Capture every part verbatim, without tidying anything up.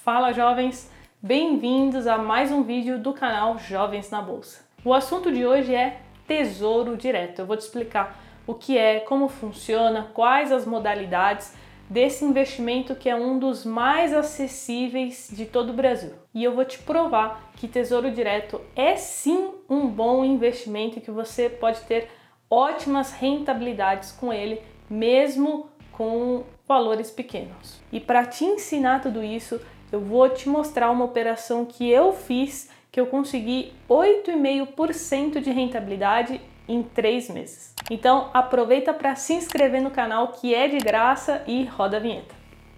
Fala jovens, bem-vindos a mais um vídeo do canal Jovens na Bolsa. O assunto de hoje é Tesouro Direto. Eu vou te explicar o que é, como funciona, quais as modalidades desse investimento que é um dos mais acessíveis de todo o Brasil. E eu vou te provar que Tesouro Direto é sim um bom investimento e que você pode ter ótimas rentabilidades com ele, mesmo com valores pequenos. E para te ensinar tudo isso, eu vou te mostrar uma operação que eu fiz, que eu consegui oito vírgula cinco por cento de rentabilidade em três meses. Então aproveita para se inscrever no canal, que é de graça, e roda a vinheta.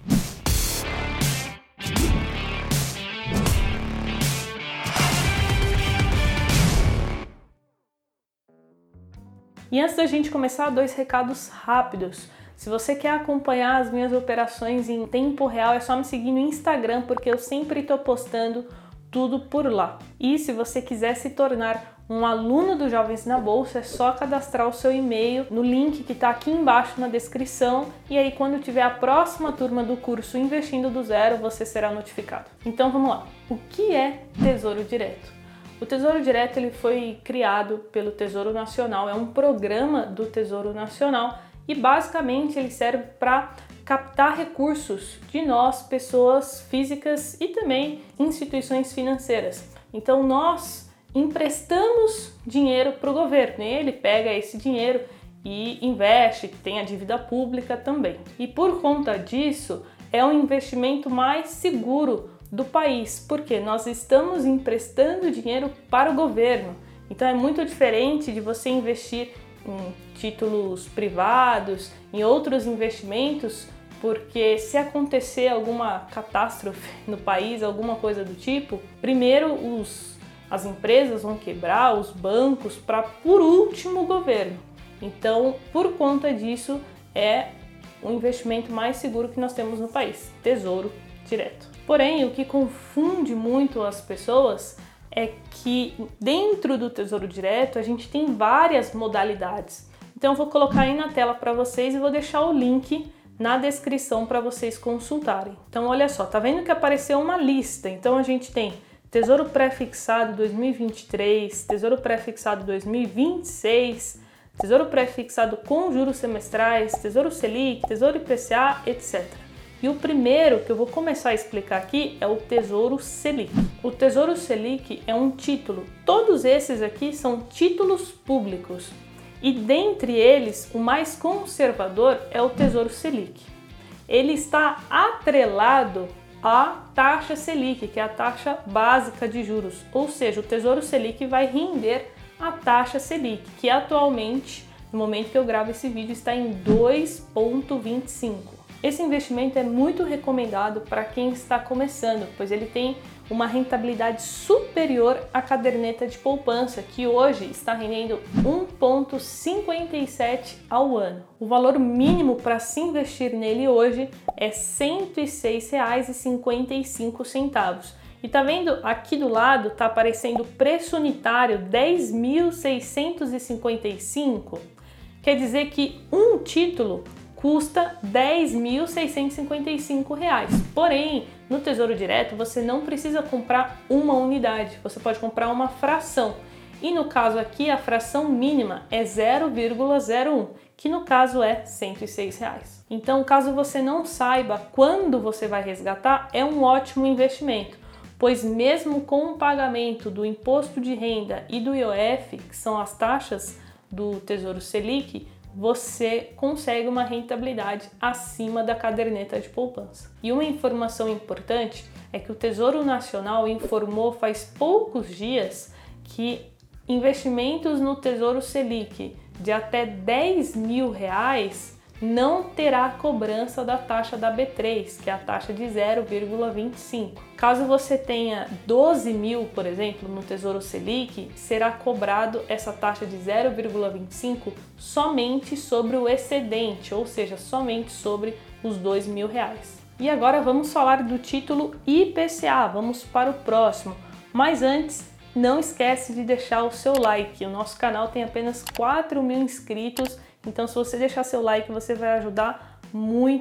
E antes da gente começar, dois recados rápidos. Se você quer acompanhar as minhas operações em tempo real, é só me seguir no Instagram, porque eu sempre estou postando tudo por lá. E se você quiser se tornar um aluno do Jovens na Bolsa, é só cadastrar o seu e-mail no link que está aqui embaixo na descrição, e aí quando tiver a próxima turma do curso Investindo do Zero, você será notificado. Então vamos lá. O que é Tesouro Direto? O Tesouro Direto ele foi criado pelo Tesouro Nacional, é um programa do Tesouro Nacional e basicamente ele serve para captar recursos de nós, pessoas físicas e também instituições financeiras. Então nós emprestamos dinheiro para o governo, ele pega esse dinheiro e investe, tem a dívida pública também. E por conta disso é um investimento mais seguro do país, porque nós estamos emprestando dinheiro para o governo. Então é muito diferente de você investir em títulos privados, em outros investimentos, porque se acontecer alguma catástrofe no país, alguma coisa do tipo, primeiro os, as empresas vão quebrar, os bancos, para por último o governo. Então, por conta disso, é o investimento mais seguro que nós temos no país, Tesouro Direto. Porém, o que confunde muito as pessoas é que dentro do Tesouro Direto a gente tem várias modalidades. Então eu vou colocar aí na tela para vocês e vou deixar o link na descrição para vocês consultarem. Então olha só, tá vendo que apareceu uma lista? Então a gente tem Tesouro Pré-Fixado dois mil e vinte e três, Tesouro Pré-Fixado dois mil e vinte e seis, Tesouro Pré-Fixado com juros semestrais, Tesouro Selic, Tesouro I P C A, etcétera. E o primeiro que eu vou começar a explicar aqui é o Tesouro Selic. O Tesouro Selic é um título, todos esses aqui são títulos públicos. E dentre eles, o mais conservador é o Tesouro Selic. Ele está atrelado à taxa Selic, que é a taxa básica de juros. Ou seja, o Tesouro Selic vai render a taxa Selic, que atualmente, no momento que eu gravo esse vídeo, está em dois vírgula vinte e cinco. Esse investimento é muito recomendado para quem está começando, pois ele tem uma rentabilidade superior à caderneta de poupança, que hoje está rendendo um vírgula cinquenta e sete ao ano. O valor mínimo para se investir nele hoje é cento e seis reais e cinquenta e cinco centavos. E tá vendo aqui do lado, tá aparecendo preço unitário dez mil seiscentos e cinquenta e cinco? Quer dizer que um título custa dez mil seiscentos e cinquenta e cinco reais. Porém, no Tesouro Direto você não precisa comprar uma unidade, você pode comprar uma fração. E no caso aqui a fração mínima é zero vírgula zero um, que no caso é cento e seis reais. Então, caso você não saiba quando você vai resgatar, é um ótimo investimento, pois mesmo com o pagamento do imposto de renda e do I O F, que são as taxas do Tesouro Selic, você consegue uma rentabilidade acima da caderneta de poupança. E uma informação importante é que o Tesouro Nacional informou faz poucos dias que investimentos no Tesouro Selic de até dez mil reais não terá cobrança da taxa da B três, que é a taxa de zero vírgula vinte e cinco. Caso você tenha doze mil, por exemplo, no Tesouro Selic, será cobrado essa taxa de zero vírgula vinte e cinco somente sobre o excedente, ou seja, somente sobre os dois mil reais. E agora vamos falar do título I P C A, vamos para o próximo. Mas antes, não esquece de deixar o seu like, o nosso canal tem apenas quatro mil inscritos, então se você deixar seu like, você vai ajudar muito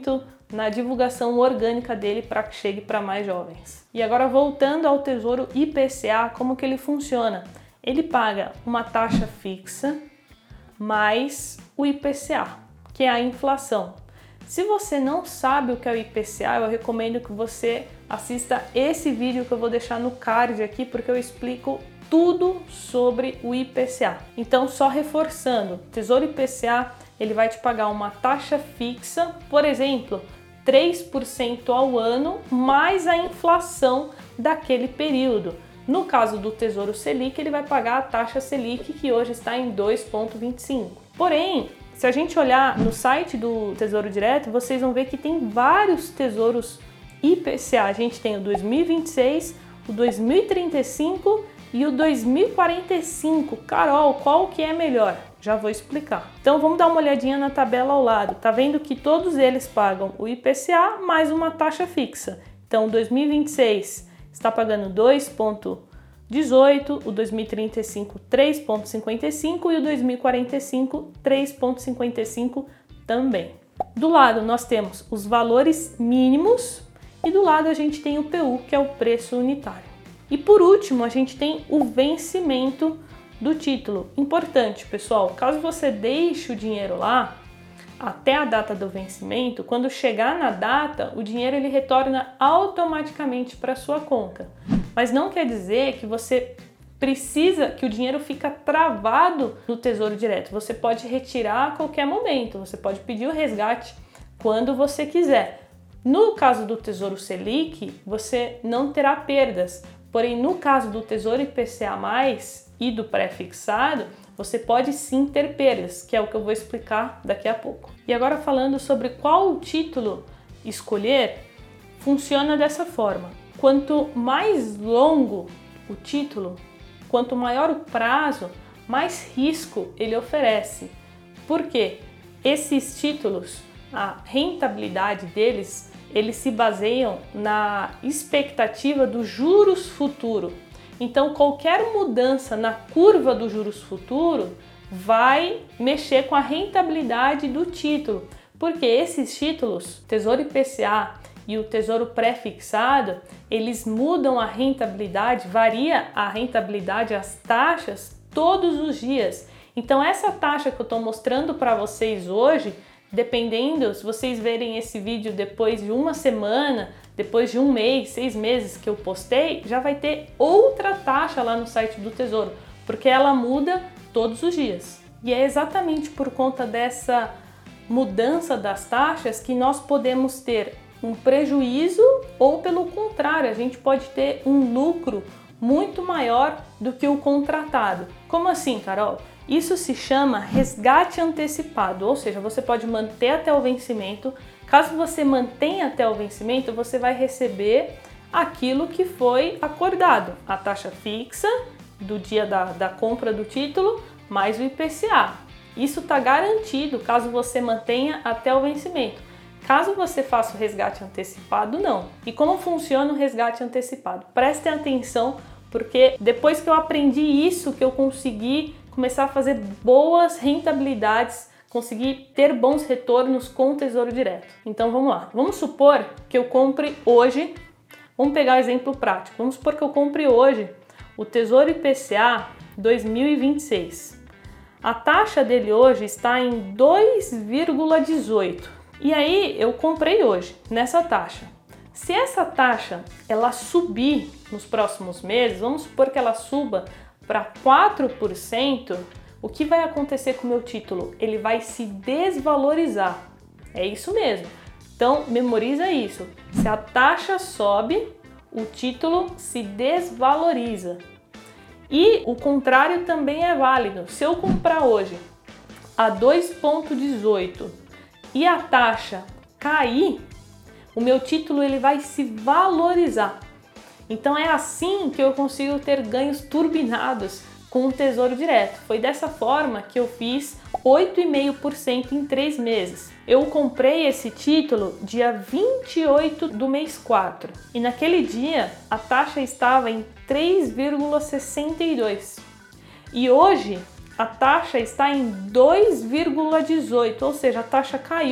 na divulgação orgânica dele para que chegue para mais jovens. E agora voltando ao Tesouro I P C A, como que ele funciona? Ele paga uma taxa fixa mais o I P C A, que é a inflação. Se você não sabe o que é o I P C A, eu recomendo que você assista esse vídeo que eu vou deixar no card aqui, porque eu explico tudo sobre o I P C A. Então, só reforçando, o Tesouro I P C A, ele vai te pagar uma taxa fixa, por exemplo, três por cento ao ano, mais a inflação daquele período. No caso do Tesouro Selic, ele vai pagar a taxa Selic, que hoje está em dois vírgula vinte e cinco. Porém, se a gente olhar no site do Tesouro Direto, vocês vão ver que tem vários tesouros I P C A. A gente tem o dois mil e vinte e seis, o dois mil e trinta e cinco e o dois mil e quarenta e cinco. Carol, qual que é melhor? Já vou explicar. Então vamos dar uma olhadinha na tabela ao lado. Tá vendo que todos eles pagam o I P C A mais uma taxa fixa. Então o dois mil e vinte e seis está pagando dois vírgula dezoito, o dois mil e trinta e cinco três vírgula cinquenta e cinco e o dois mil e quarenta e cinco três vírgula cinquenta e cinco também. Do lado nós temos os valores mínimos e do lado a gente tem o P U, que é o preço unitário. E por último, a gente tem o vencimento do título. Importante, pessoal, caso você deixe o dinheiro lá até a data do vencimento, quando chegar na data, o dinheiro ele retorna automaticamente para sua conta. Mas não quer dizer que você precisa, que o dinheiro fica travado no Tesouro Direto. Você pode retirar a qualquer momento, você pode pedir o resgate quando você quiser. No caso do Tesouro Selic, você não terá perdas. Porém, no caso do Tesouro I P C A mais, e do pré-fixado, você pode sim ter perdas, que é o que eu vou explicar daqui a pouco. E agora falando sobre qual título escolher, funciona dessa forma. Quanto mais longo o título, quanto maior o prazo, mais risco ele oferece. Por quê? Esses títulos, a rentabilidade deles, eles se baseiam na expectativa dos juros futuro. Então, qualquer mudança na curva dos juros futuro vai mexer com a rentabilidade do título, porque esses títulos, Tesouro I P C A e o Tesouro Pré-fixado, eles mudam a rentabilidade, varia a rentabilidade, as taxas todos os dias. Então, essa taxa que eu estou mostrando para vocês hoje, dependendo, se vocês verem esse vídeo depois de uma semana, depois de um mês, seis meses que eu postei, já vai ter outra taxa lá no site do Tesouro, porque ela muda todos os dias. E é exatamente por conta dessa mudança das taxas que nós podemos ter um prejuízo ou, pelo contrário, a gente pode ter um lucro muito maior do que o contratado. Como assim, Carol? Isso se chama resgate antecipado, ou seja, você pode manter até o vencimento. Caso você mantenha até o vencimento, você vai receber aquilo que foi acordado, a taxa fixa do dia da, da compra do título, mais o I P C A. Isso está garantido caso você mantenha até o vencimento. Caso você faça o resgate antecipado, não. E como funciona o resgate antecipado? Prestem atenção, porque depois que eu aprendi isso, que eu consegui começar a fazer boas rentabilidades, conseguir ter bons retornos com o Tesouro Direto. Então vamos lá. Vamos supor que eu compre hoje, vamos pegar um exemplo prático. Vamos supor que eu compre hoje o Tesouro I P C A dois mil e vinte e seis. A taxa dele hoje está em dois vírgula dezoito. E aí eu comprei hoje nessa taxa. Se essa taxa ela subir nos próximos meses, vamos supor que ela suba para quatro por cento, o que vai acontecer com o meu título? Ele vai se desvalorizar. É isso mesmo. Então, memoriza isso. Se a taxa sobe, o título se desvaloriza. E o contrário também é válido. Se eu comprar hoje a dois vírgula dezoito e a taxa cair, o meu título ele vai se valorizar. Então é assim que eu consigo ter ganhos turbinados com o Tesouro Direto. Foi dessa forma que eu fiz oito vírgula cinco por cento em três meses. Eu comprei esse título dia vinte e oito do mês quatro e naquele dia a taxa estava em três vírgula sessenta e dois e hoje a taxa está em dois vírgula dezoito, ou seja, a taxa caiu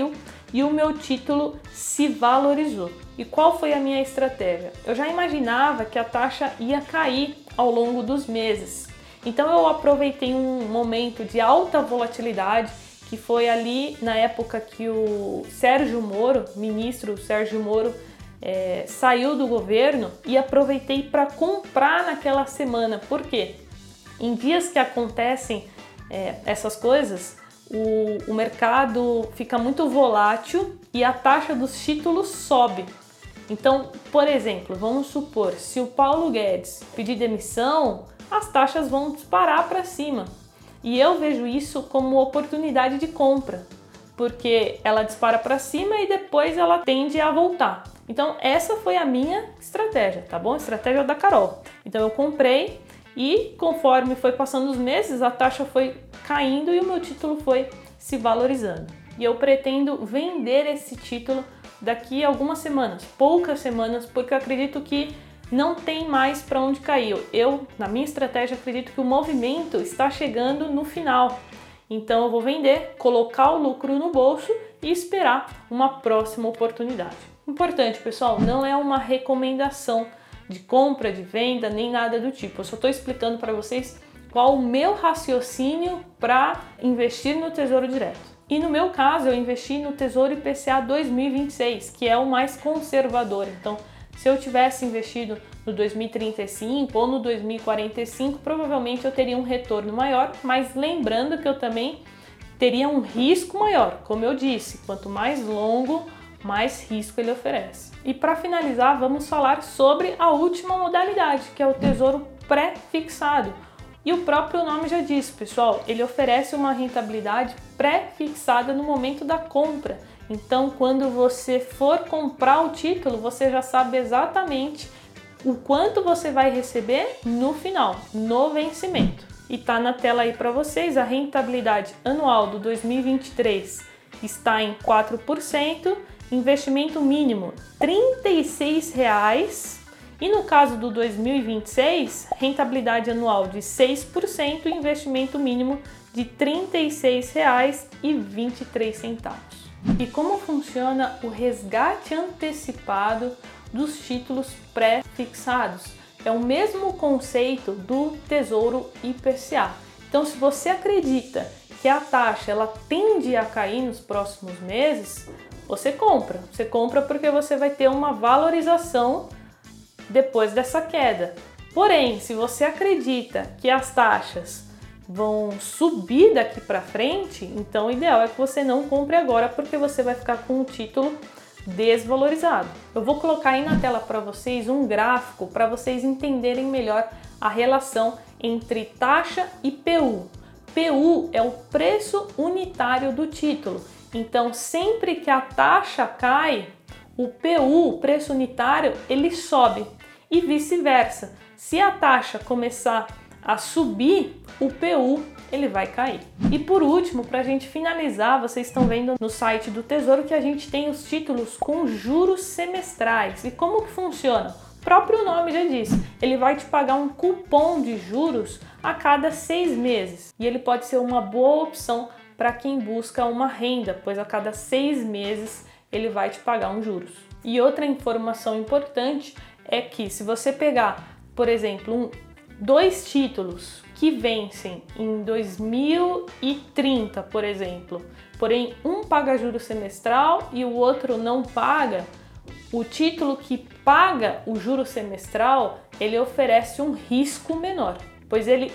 e o meu título se valorizou. E qual foi a minha estratégia? Eu já imaginava que a taxa ia cair ao longo dos meses. Então eu aproveitei um momento de alta volatilidade, que foi ali na época que o Sérgio Moro, ministro Sérgio Moro, é, saiu do governo, e aproveitei para comprar naquela semana. Por quê? Em dias que acontecem é, essas coisas, o, o mercado fica muito volátil e a taxa dos títulos sobe. Então, por exemplo, vamos supor, se o Paulo Guedes pedir demissão, as taxas vão disparar para cima. E eu vejo isso como oportunidade de compra, porque ela dispara para cima e depois ela tende a voltar. Então, essa foi a minha estratégia, tá bom? A estratégia da Carol. Então, eu comprei e conforme foi passando os meses, a taxa foi caindo e o meu título foi se valorizando. E eu pretendo vender esse título daqui a algumas semanas, poucas semanas, porque eu acredito que não tem mais para onde cair. Eu, na minha estratégia, acredito que o movimento está chegando no final. Então eu vou vender, colocar o lucro no bolso e esperar uma próxima oportunidade. Importante, pessoal, não é uma recomendação de compra, de venda, nem nada do tipo. Eu só estou explicando para vocês qual o meu raciocínio para investir no Tesouro Direto. E no meu caso, eu investi no Tesouro I P C A dois mil e vinte e seis, que é o mais conservador. Então, se eu tivesse investido no dois mil e trinta e cinco ou no dois mil e quarenta e cinco, provavelmente eu teria um retorno maior, mas lembrando que eu também teria um risco maior. Como eu disse, quanto mais longo, mais risco ele oferece. E para finalizar, vamos falar sobre a última modalidade, que é o Tesouro Pré-Fixado. E o próprio nome já diz, pessoal, ele oferece uma rentabilidade pré-fixada no momento da compra. Então, quando você for comprar o título, você já sabe exatamente o quanto você vai receber no final, no vencimento. E tá na tela aí para vocês, a rentabilidade anual do dois mil e vinte e três está em quatro por cento, investimento mínimo trinta e seis reais. E no caso do dois mil e vinte e seis, rentabilidade anual de seis por cento e investimento mínimo de trinta e seis reais e vinte e três centavos. E como funciona o resgate antecipado dos títulos pré-fixados? É o mesmo conceito do Tesouro I P C A. Então, se você acredita que a taxa ela tende a cair nos próximos meses, você compra. Você compra porque você vai ter uma valorização depois dessa queda. Porém, se você acredita que as taxas vão subir daqui para frente, então o ideal é que você não compre agora, porque você vai ficar com o título desvalorizado. Eu vou colocar aí na tela para vocês um gráfico para vocês entenderem melhor a relação entre taxa e P U. P U é o preço unitário do título. Então, sempre que a taxa cai, o P U, o preço unitário, ele sobe e vice-versa. Se a taxa começar a subir, o P U ele vai cair. E por último, para a gente finalizar, vocês estão vendo no site do Tesouro que a gente tem os títulos com juros semestrais. E como que funciona? O próprio nome já diz, ele vai te pagar um cupom de juros a cada seis meses. E ele pode ser uma boa opção para quem busca uma renda, pois a cada seis meses ele vai te pagar um juros. E outra informação importante é que se você pegar, por exemplo, um, dois títulos que vencem em dois mil e trinta, por exemplo, porém um paga juros semestral e o outro não paga, o título que paga o juro semestral, ele oferece um risco menor, pois ele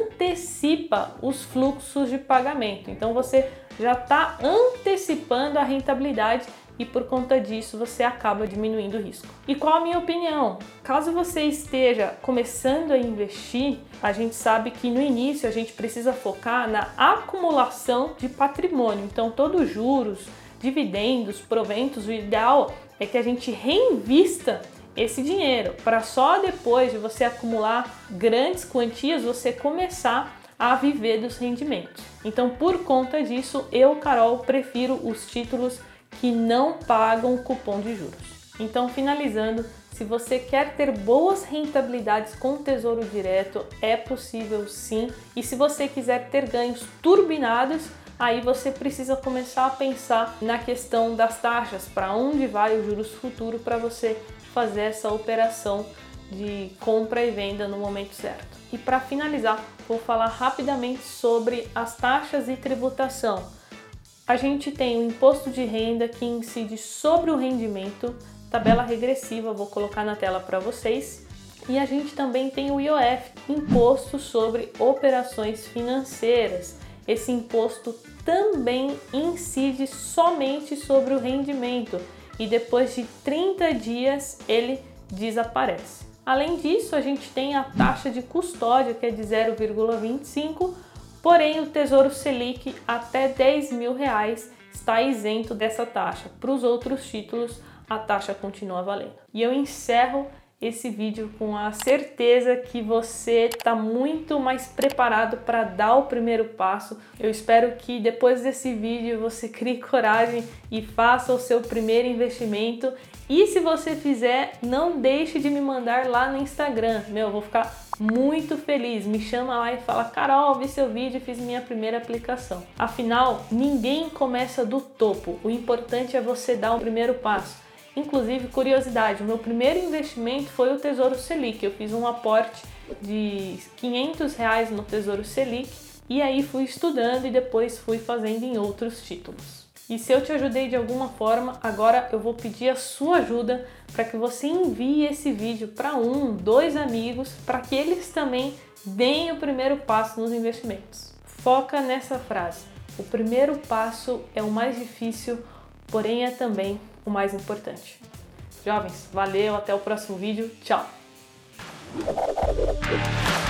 antecipa os fluxos de pagamento. Então você já está antecipando a rentabilidade e por conta disso você acaba diminuindo o risco. E qual a minha opinião? Caso você esteja começando a investir, a gente sabe que no início a gente precisa focar na acumulação de patrimônio. Então todos os juros, dividendos, proventos, o ideal é que a gente reinvista esse dinheiro para só depois de você acumular grandes quantias você começar a viver dos rendimentos. Então por conta disso eu, Carol, prefiro os títulos que não pagam cupom de juros. Então, finalizando, se você quer ter boas rentabilidades com Tesouro Direto, é possível sim. E se você quiser ter ganhos turbinados, aí você precisa começar a pensar na questão das taxas, para onde vai o juros futuro para você fazer essa operação de compra e venda no momento certo. E para finalizar, vou falar rapidamente sobre as taxas e tributação. A gente tem o imposto de renda que incide sobre o rendimento, tabela regressiva, vou colocar na tela para vocês. E a gente também tem o I O F, Imposto sobre Operações Financeiras. Esse imposto também incide somente sobre o rendimento e depois de trinta dias ele desaparece. Além disso, a gente tem a taxa de custódia, que é de zero vírgula vinte e cinco, porém o Tesouro Selic até dez mil reais está isento dessa taxa. Para os outros títulos, a taxa continua valendo. E eu encerro esse vídeo com a certeza que você está muito mais preparado para dar o primeiro passo. Eu espero que depois desse vídeo você crie coragem e faça o seu primeiro investimento. E se você fizer, não deixe de me mandar lá no Instagram. Meu, eu vou ficar muito feliz. Me chama lá e fala: Carol, vi seu vídeo e fiz minha primeira aplicação. Afinal, ninguém começa do topo. O importante é você dar o primeiro passo. Inclusive, curiosidade, o meu primeiro investimento foi o Tesouro Selic. Eu fiz um aporte de quinhentos reais no Tesouro Selic e aí fui estudando e depois fui fazendo em outros títulos. E se eu te ajudei de alguma forma, agora eu vou pedir a sua ajuda para que você envie esse vídeo para um, dois amigos, para que eles também deem o primeiro passo nos investimentos. Foca nessa frase: o primeiro passo é o mais difícil, porém é também o mais importante. Jovens, valeu, até o próximo vídeo, tchau!